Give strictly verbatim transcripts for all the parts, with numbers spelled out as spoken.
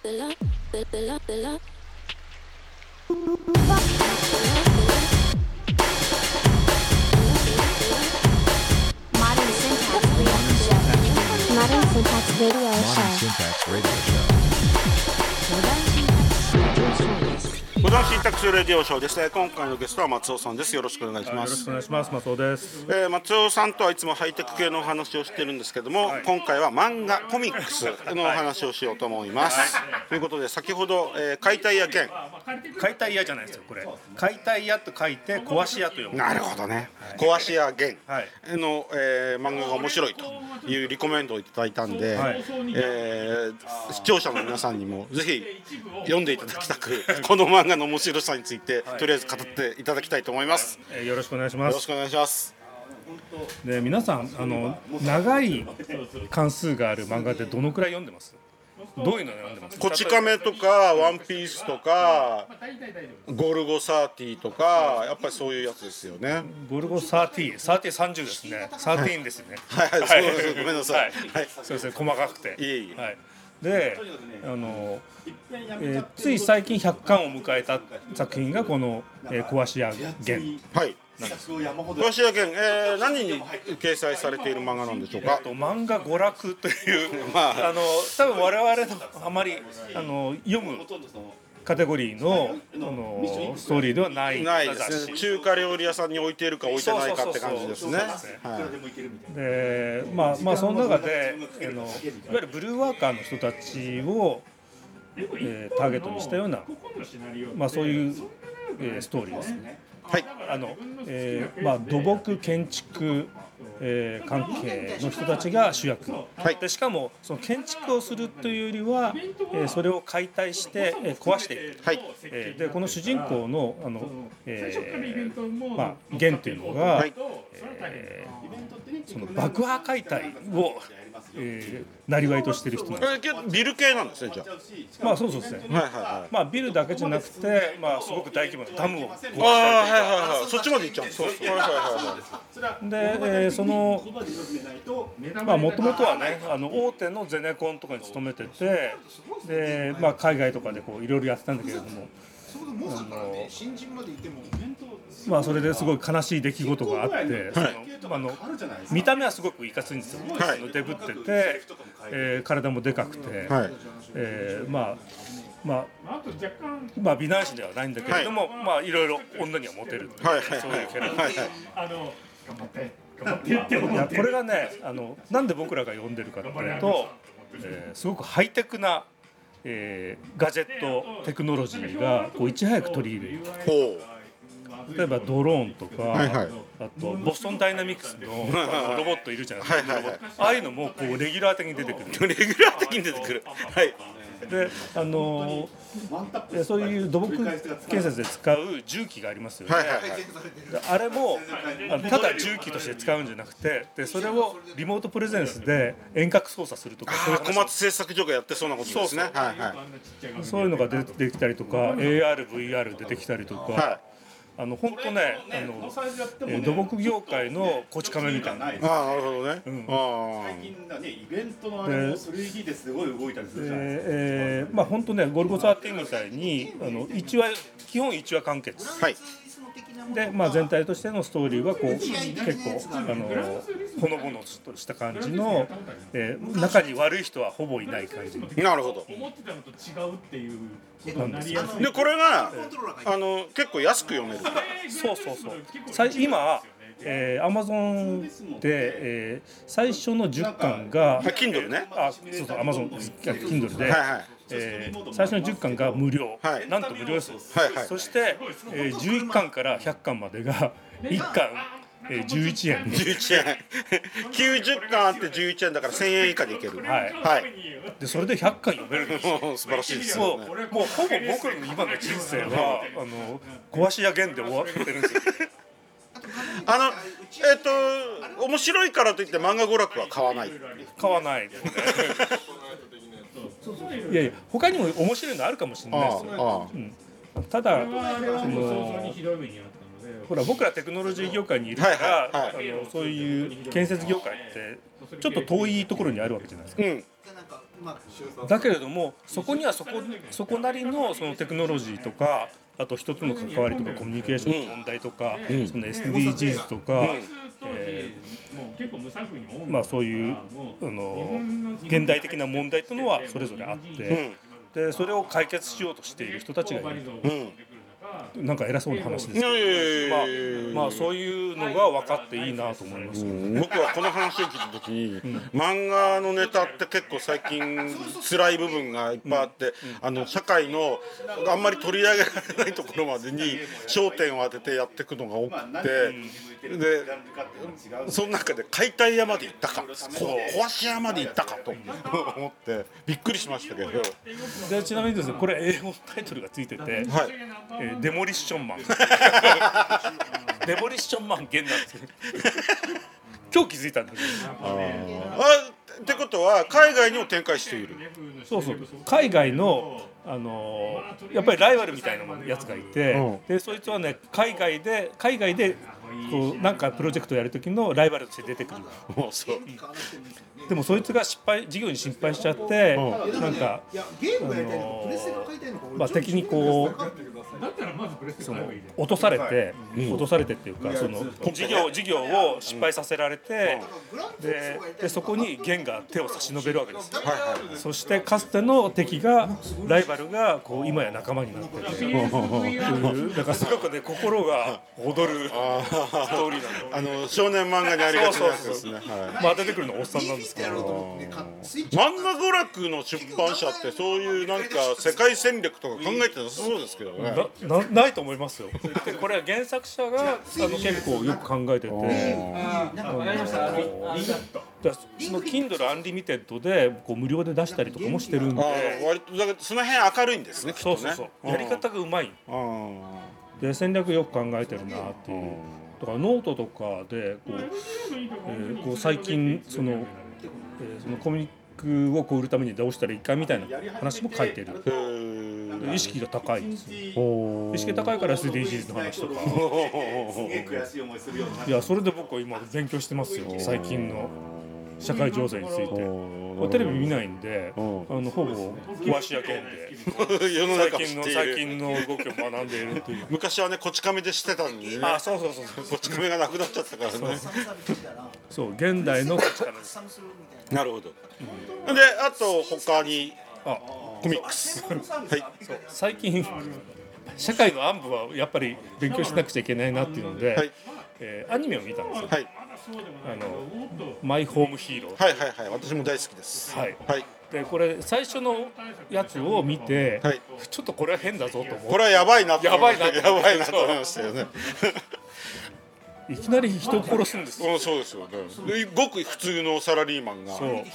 Syntax Radio Show. モダンシンタックスレディオショーです。今回のゲストは松尾さんです。よろしくお願いします。 よろしくお願いします。松尾です。 えー、松尾さんとはいつもハイテク系のお話をしてるんですけども、はい、今回は漫画コミックスのお話をしようと思います、はい、ということで先ほど、えー、解体屋弦解体屋じゃないですよこれ解体屋と書いて壊し屋と読む。 なるほどね、はい、壊し屋弦の、えー、漫画が面白いというリコメンドをいただいたんで、はい、えー、視聴者の皆さんにもぜひ読んでいただきたくこの漫画の面白さについて、はい、とりあえず語っていただきたいと思います、 はい、よろしくお願いします。 よろしくお願いします。 で皆さんあの長い関数がある漫画ってどのくらい読んでます？どういうの読んでます？ こち亀とかワンピースとかゴルゴサーティとかやっぱりそういうやつですよね。 ゴルゴサーティ、サーティさんじゅうですね。サーティーンですね。 はいはい、そうです。ごめんなさい。 はい、そうですね。細かくて。 いえいえ。はい。 で、あの、えー、つい最近ひゃっかんを迎えた作品がこの、えー、壊し屋弦。 はい。壊し屋弦、えー、何に掲載されている漫画なんでしょうか。 えっと、漫画娯楽という、まあ、あの多分我々のあまりあの読むカテゴリー の, あのストーリーではないないですね。中華料理屋さんに置いているか置いてないかって感じですね。 で、まあまあその中であのいわゆるブルーワーカーの人たちを、えー、ターゲットにしたような、まあそういう、えー、ストーリーですね。 はい、 あの、えーまあ、土木建築、えー、関係の人たちが主役、はい、でしかもその建築をするというよりは、えー、それを解体して、えー、壊していく、はい、えー、でこの主人公のあの、えーまあ、弦というのが、はい、えー、その爆破解体をえー、なりわいとしてる人なんです。 ビル系なんですね、じゃあ。 まあそうそうですね。はいはいはい。まあビルだけじゃなくて、まあすごく大規模なダムを壊したりとか。 ああはいはいはい。そっちまで行っちゃうんです。そうそう。はいはいはい。で、えー、そのまあもともとはね、あの大手のゼネコンとかに勤めてて、でまあ海外とかでこういろいろやってたんだけれども。あのまあそれですごい悲しい出来事があって、はい、そのあの見た目はすごくいかついんですよ、はい、デブってて、えー、体もでかくて、はい、えー、まあまあまあ美男子ではないんだけれども、はい、まあいろいろ女にはモテる、はい、そういうキャラクターです。いやこれがねあのなんで僕らが読んでるかというと、えー、すごくハイテクなえー、ガジェットテクノロジーがこういち早く取り入れる。例えばドローンとか、はいはい、あとボストンダイナミクスのロボットいるじゃないですか、はいはいはい、ああいうのもこうレギュラー的に出てくる。 レギュラー的に出てくる。はい。 で、あのー、そういう土木建設で使う重機がありますよね、はいはいはい、あれもただ重機として使うんじゃなくて、でそれをリモートプレゼンスで遠隔操作するとか、 そういう小松製作所がやってそうなことですね。そうそう、はいはい、 そういうのが出てきたりとか エーアール、ブイアール 出てきたりとか、はい、あの本当ね、あの、えー、土木業界のこち亀みたいな。ああ、なるほどね。うん、 あ最近だね、イベントのあれも スリーディー ですごい動いたりするじゃないですか。 えー、まあ本当ね、ゴルゴサーティーンみたいにあの一話基本一話完結。はい。で、まあ全体としてのストーリーはこう結構あのほのぼのとした感じの、えー、中に悪い人はほぼいない感じ。 なるほど。 思ってたのと違うっていう。 なんですよ。でこれが、えー、あの結構安く読める。 そうそうそう。今。えー、Amazon で、えー、最初のじゅっかんが、 Kindle ね。 あ、そうそう、Amazon Kindle で、はいはい、えー、最初のじゅっかんが無料、はい、なんと無料です。はいはい、そして、えー、じゅういっかんからひゃっかんまでがいっかん、えー、じゅういちえん。 じゅういちえん。きゅうじゅっかんあってじゅういちえんだからせんえん以下でいける。はい。はい。 でそれでひゃっかん読めるんですよ。 素晴らしいですよね。 もう、もうほぼ僕らの今の人生はあの壊し屋弦で終わってるんですよ。 あのえっ、ー、と面白いからといって漫画娯楽は買わない。 買わないですね。いやいや他にも面白いのあるかもしれないですよ。うん、ただそのほら僕らテクノロジー業界にいるから、はいはいはい、あのそういう建設業界ってちょっと遠いところにあるわけじゃないですか。うん、 だけれどもそこにはそこ、そこなりのそのテクノロジーとかあと人との関わりとかコミュニケーションの問題とか、うん、その エスディージーズ とか、うんえーまあ、そういうあの現代的な問題というのはそれぞれあって、うん、でそれを解決しようとしている人たちがいると。うんなんか偉そうな話ですけど、まあ、まあそういうのが分かっていいなと思います、ねうん、僕はこの話を聞いた時に、うん、漫画のネタって結構最近辛い部分がいっぱいあって、うんうん、あの社会のあんまり取り上げられないところまでに焦点を当ててやっていくのが多くて、うん、でその中で解体屋まで行ったか壊し屋まで行ったかと思ってびっくりしましたけどでちなみにですねこれ英語のタイトルがついてて、はいえーデモリッションマンデモリッションマン現なんです今日気づいたんですよああってことは海外にも展開しているそうそう海外の、あのー、やっぱりライバルみたいなやつがいて、うん、でそいつはね海外で海外でこうなんかプロジェクトをやる時のライバルとして出てくるもうそう、うん、でもそいつが失敗事業に失敗しちゃって、うん、なんか、あのーまあ、敵にこうその落とされて、うん、落とされてっていうかその事業事業を失敗させられて、うん、で, でそこにゲンが手を差し伸べるわけです、はいはい、そしてかつての敵がライバルがこう今や仲間になってるっていうだからすごくね心が躍るストーリーなのあの少年漫画にありがちなやつですね。 まあ出てくるのはおっさんなんですけど漫画娯楽の出版社ってそういうなんか世界戦略とか考えてなさそうですけどね。 な, な, ないと思いますよ。でこれは原作者があの結構よく考えてて、あのその Kindle Unlimited でこう無料で出したりとかもしてるんで、あ割とだからその辺明るいんですね。きっとね。 そうそうそうやり方がうまい。で戦略よく考えてるなっていう。だからノートとかでこう、えー、こう最近その、えー、そのコミックをこう売るためにどうしたらいいかみたいな話も書いてる。意識が高いんですよ。意識が高いから エスディージーズ の話とかいやそれで僕は今勉強してますよ。最近の社会情勢についてテレビ見ないんであのほぼ壊し屋剣で世の中最近の最近の動きを学んでいるっていう昔はねこち亀でしてたのにねあそうそうそうこち亀がなくなっちゃったからねそう現代のこち亀ですなるほど、うん、であと他にあコミックスはいそう最近社会の暗部はやっぱり勉強しなくちゃいけないなっていうので、はいえー、アニメを見たんですよ、はい、あのマイホームヒーローはいはいはい私も大好きですはい、はい、でこれ最初のやつを見て、はい、ちょっとこれは変だぞと思ってこれはやばいなとやばいなとやばいなと思いましたよねいきなり人を殺すんですよ。 そうですよね。ごく普通のサラリーマンが。そう。はい。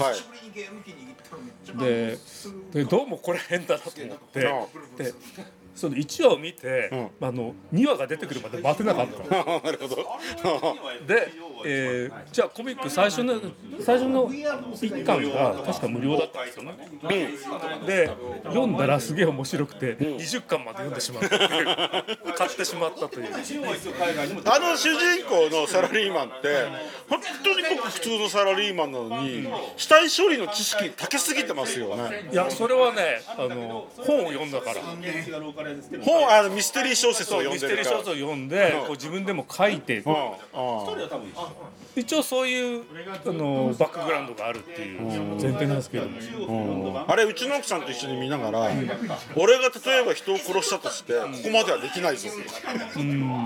で、でどうもこれ変だなと思って、で、そのいちわを見て、うん、あのにわが出てくるまで待てなかった。 なるほど。 で、えー、じゃあコミック最初の最初のいっかんが確か無料だったんですよね。うん、で、読んだらすげえ面白くて、うん、にじゅっかんまで読んでしまったっていう買ってしまったという。 あの主人公のサラリーマンって本当に僕普通のサラリーマンなのに、うん、死体処理の知識高すぎてますよね。 いやそれはねあの本を読んだから。 本あのミステリー小説を読んでるから。 ミステリー小説を読んで、うん、こう自分でも書いて、うん、一応そういうあのバックグラウンドがあるっていう前提なんですけども、 あれうちの奥さんと一緒に見ながら、うん、俺が例えば人を殺したとしてここまではできないぞ、うん、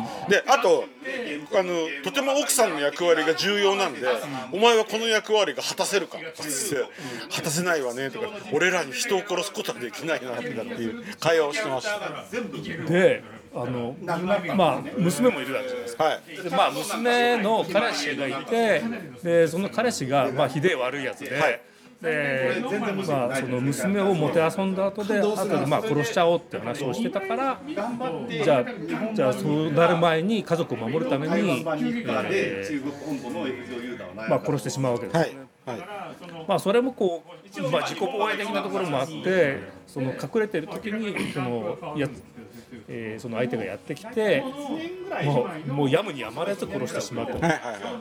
であとあのとても奥さんの役割が重要なんで、うん、お前はこの役割が果たせるかって果たせないわねとか俺らに人を殺すことはできないなとかっていう会話をしてました。 であのまあ娘もいるわけじゃないですか、はい、でまあ娘の彼氏がいてでその彼氏がまあひでえ悪いやつで、はい、でまあその娘をもてあそんだ後で後でまあ殺しちゃおうって話をしてたからじゃあじゃあそうなる前に家族を守るために、えー、まあ殺してしまうわけですよね、はいはい、まあそれもこう、まあ、自己防衛的なところもあってその隠れてる時にそのやえー、その相手がやってきてもう、もうやむにやまれず殺してしまうと、はいはいはい、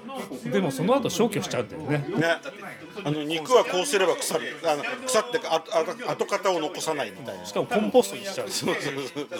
でもその後消去しちゃうんだよね。ね、 あの肉はこうすれば腐る、あの腐ってああ跡形を残さないみたいな。 しかもコンポストにしちゃう。そうそうそう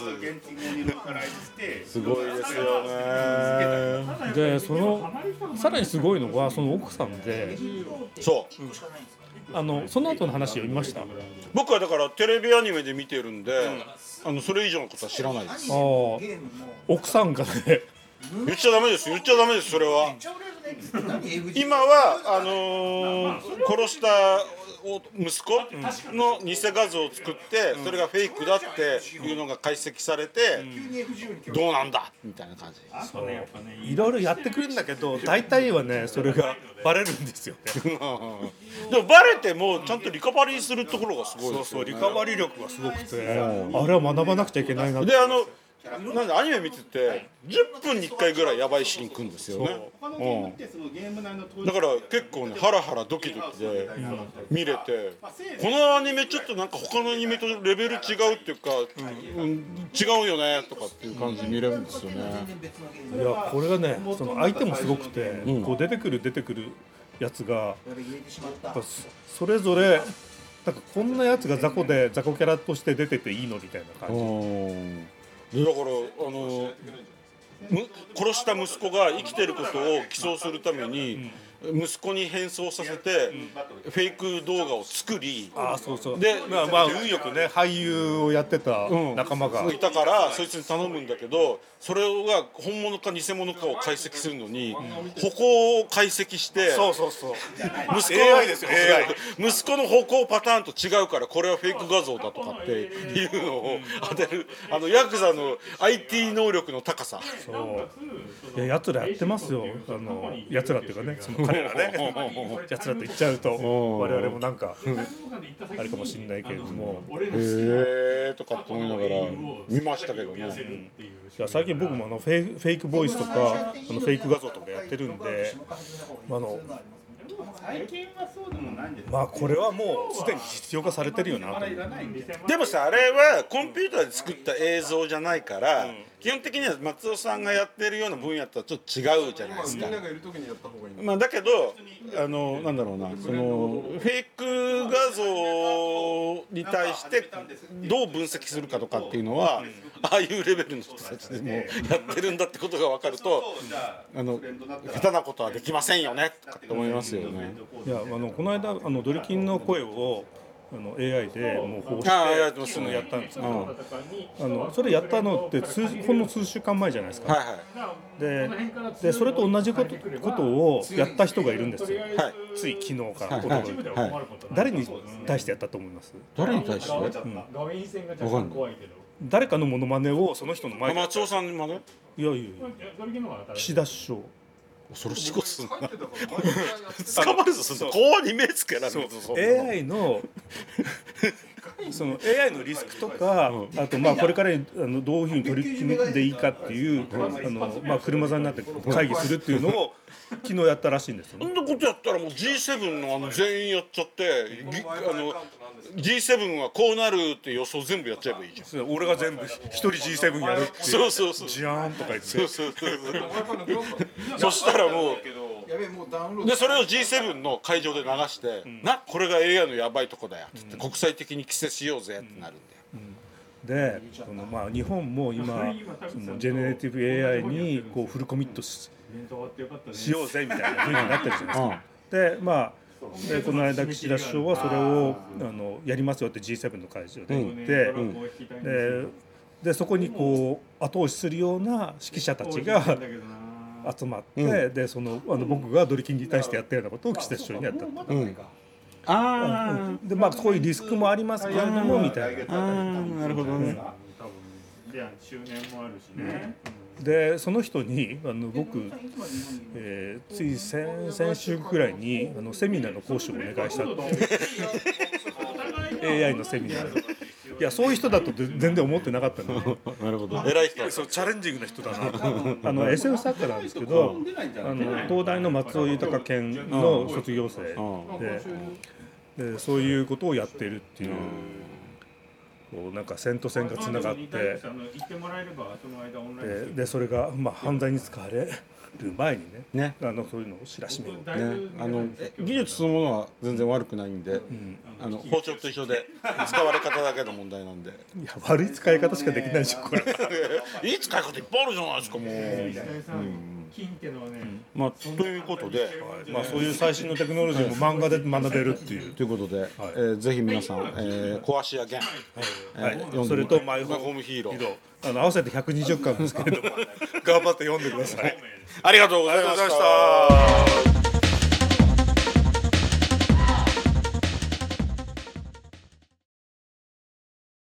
すごいですよね。 でそのさらにすごいのがその奥さんで、 そう、 うん、あのその後の話読みました。 僕はだからテレビアニメで見てるんで、うん、あのそれ以上のことは知らないです。 あ奥さんがね言っちゃダメです言っちゃダメですそれは。今はあのー、殺した息子の偽画像を作ってそれがフェイクだっていうのが解析されてどうなんだみたいな感じ。 そういろいろやってくるんだけど大体はねそれがバレるんですよね。 でもバレてもちゃんとリカバリーするところがすごいですよね。 そうそうリカバリー力がすごくてあれは学ばなくちゃいけないなって。 であのなんでアニメ見ててじゅっぷんにいっかいぐらいヤバいシーン来るんですよね。うん、だから結構ねハラハラドキドキで見れて、このアニメちょっとなんか他のアニメとレベル違うっていうか、うんうん、違うよねとかっていう感じで見れるんですよね。 いやこれがねその相手もすごくて、うん、こう出てくる出てくるやつがそれぞれなんかこんなやつが雑魚で雑魚キャラとして出てていいのみたいな感じ。 だからあの殺した息子が生きてることを起訴するために息子に変装させてフェイク動画を作り、 あそうそうでまあまあ運よくね俳優をやってた仲間が、 うん、いたからそいつに頼むんだけどそれが本物か偽物かを解析するのに、うん、歩行を解析してそうそうそう息子 エーアイ ですよ エーアイ 息子の歩行パターンと違うからこれはフェイク画像だとかっていうのを当てるあのヤクザの アイティー 能力の高さ。 そういややつらやってますよあのやつらっていうかねその彼らねやつらと言っちゃうと我々もなんかあれかもしれないけれどもへーとかって思いながら見ましたけどね。 いや最近僕もあのフェイク、フェイクボイスとかあのフェイク画像とかやってるんであのまあこれはもうすでに実用化されてるよなと。 でもさあれはコンピューターで作った映像じゃないから、うん、基本的には松尾さんがやってるような分野とはちょっと違うじゃないですか。まあだけどあのなんだろうなそのフェイク画像に対してどう分析するかとかっていうのは、うん、ああいうレベルの人たちでもやってるんだってことが分かるとあの下手なことはできませんよねとかって思いますよね。 いやあのこの間あのドリキンの声をあの エーアイ でもう保護してやったんですけど、うん、あのそれやったのって数ほんの数週間前じゃないですか。 はいはい、 で, でそれと同じこと、ことをやった人がいるんですよ。はい、つい昨日からおととい、はいはい、誰に対してやったと思います？ 誰に対して？うん、分かんない。 誰かのモノマネをその人の前で。 松尾さんにまで？ いやいやいや。岸田首相。 恐ろしいことすんな捕まるぞそんな怖に目つけられるぞ。 エーアイ のその エーアイ のリスクとか、うん、あとまあこれからあのどういうふうに取り組んでいいかっていう、うん、あのまあ車座になって会議するっていうのを昨日やったらしいんですよね。 そんなことやったらもう ジーセブン の, あの全員やっちゃってあの ジーセブン はこうなるって予想全部やっちゃえばいいじゃん。 俺が全部一人 ジーセブン やるってそうそうそうジャーンとか言ってそうそうそうそしたらもうでそれを ジーセブン の会場で流して、うん、なこれが エーアイ のやばいとこだよってって、うん、国際的に規制しようぜってなるんだよ、うんうん、でその、まあ、日本も今そのジェネレティブ エーアイ にこうフルコミット し, しようぜみたいな風になってるじゃないですか、うん、でまあでこの間岸田首相はそれをあのやりますよって ジーセブン の会場で言って、うんうん、で, でそこにこう後押しするような指揮者たちが集まって、うん、でそのあの僕がドリキンに対してやったようなことを岸田首相にやったと、うん、あでまあそういうリスクもありますけれどもみたいな。 あなるほどね。 周年もあるしね。 でその人にあの僕、えー、つい 先, 先週くらいにあのセミナーの講師をお願いしたってエーアイ のセミナーでいやそういう人だと全然思ってなかったのなるほど偉い人そうチャレンジングな人だなあの エスエフ 作家なんですけどあの東大の松尾豊研の卒業生で、でそういうことをやっているっていうこうなんか線と線がつながってででそれがまあ犯罪に使われる前にね、 ね、 あのそういうのを知らしめる、ね、 あの技術そのものは全然悪くないんで、うん、あの包丁と一緒で使われ方だけの問題なんでいや悪い使い方しかできないでしょこれいい使い方いっぱいあるじゃないですかもう、うんまあ、ということで、 はいまあ、そういう最新のテクノロジーも漫画で学べるっていう。 ということで、はいえー、ぜひ皆さん、えー、壊しや弦、 はいはいえー、それとマイホームヒーローあの合わせてひゃくにじゅっかんですけれども頑張って読んでください。 ありがとうございました。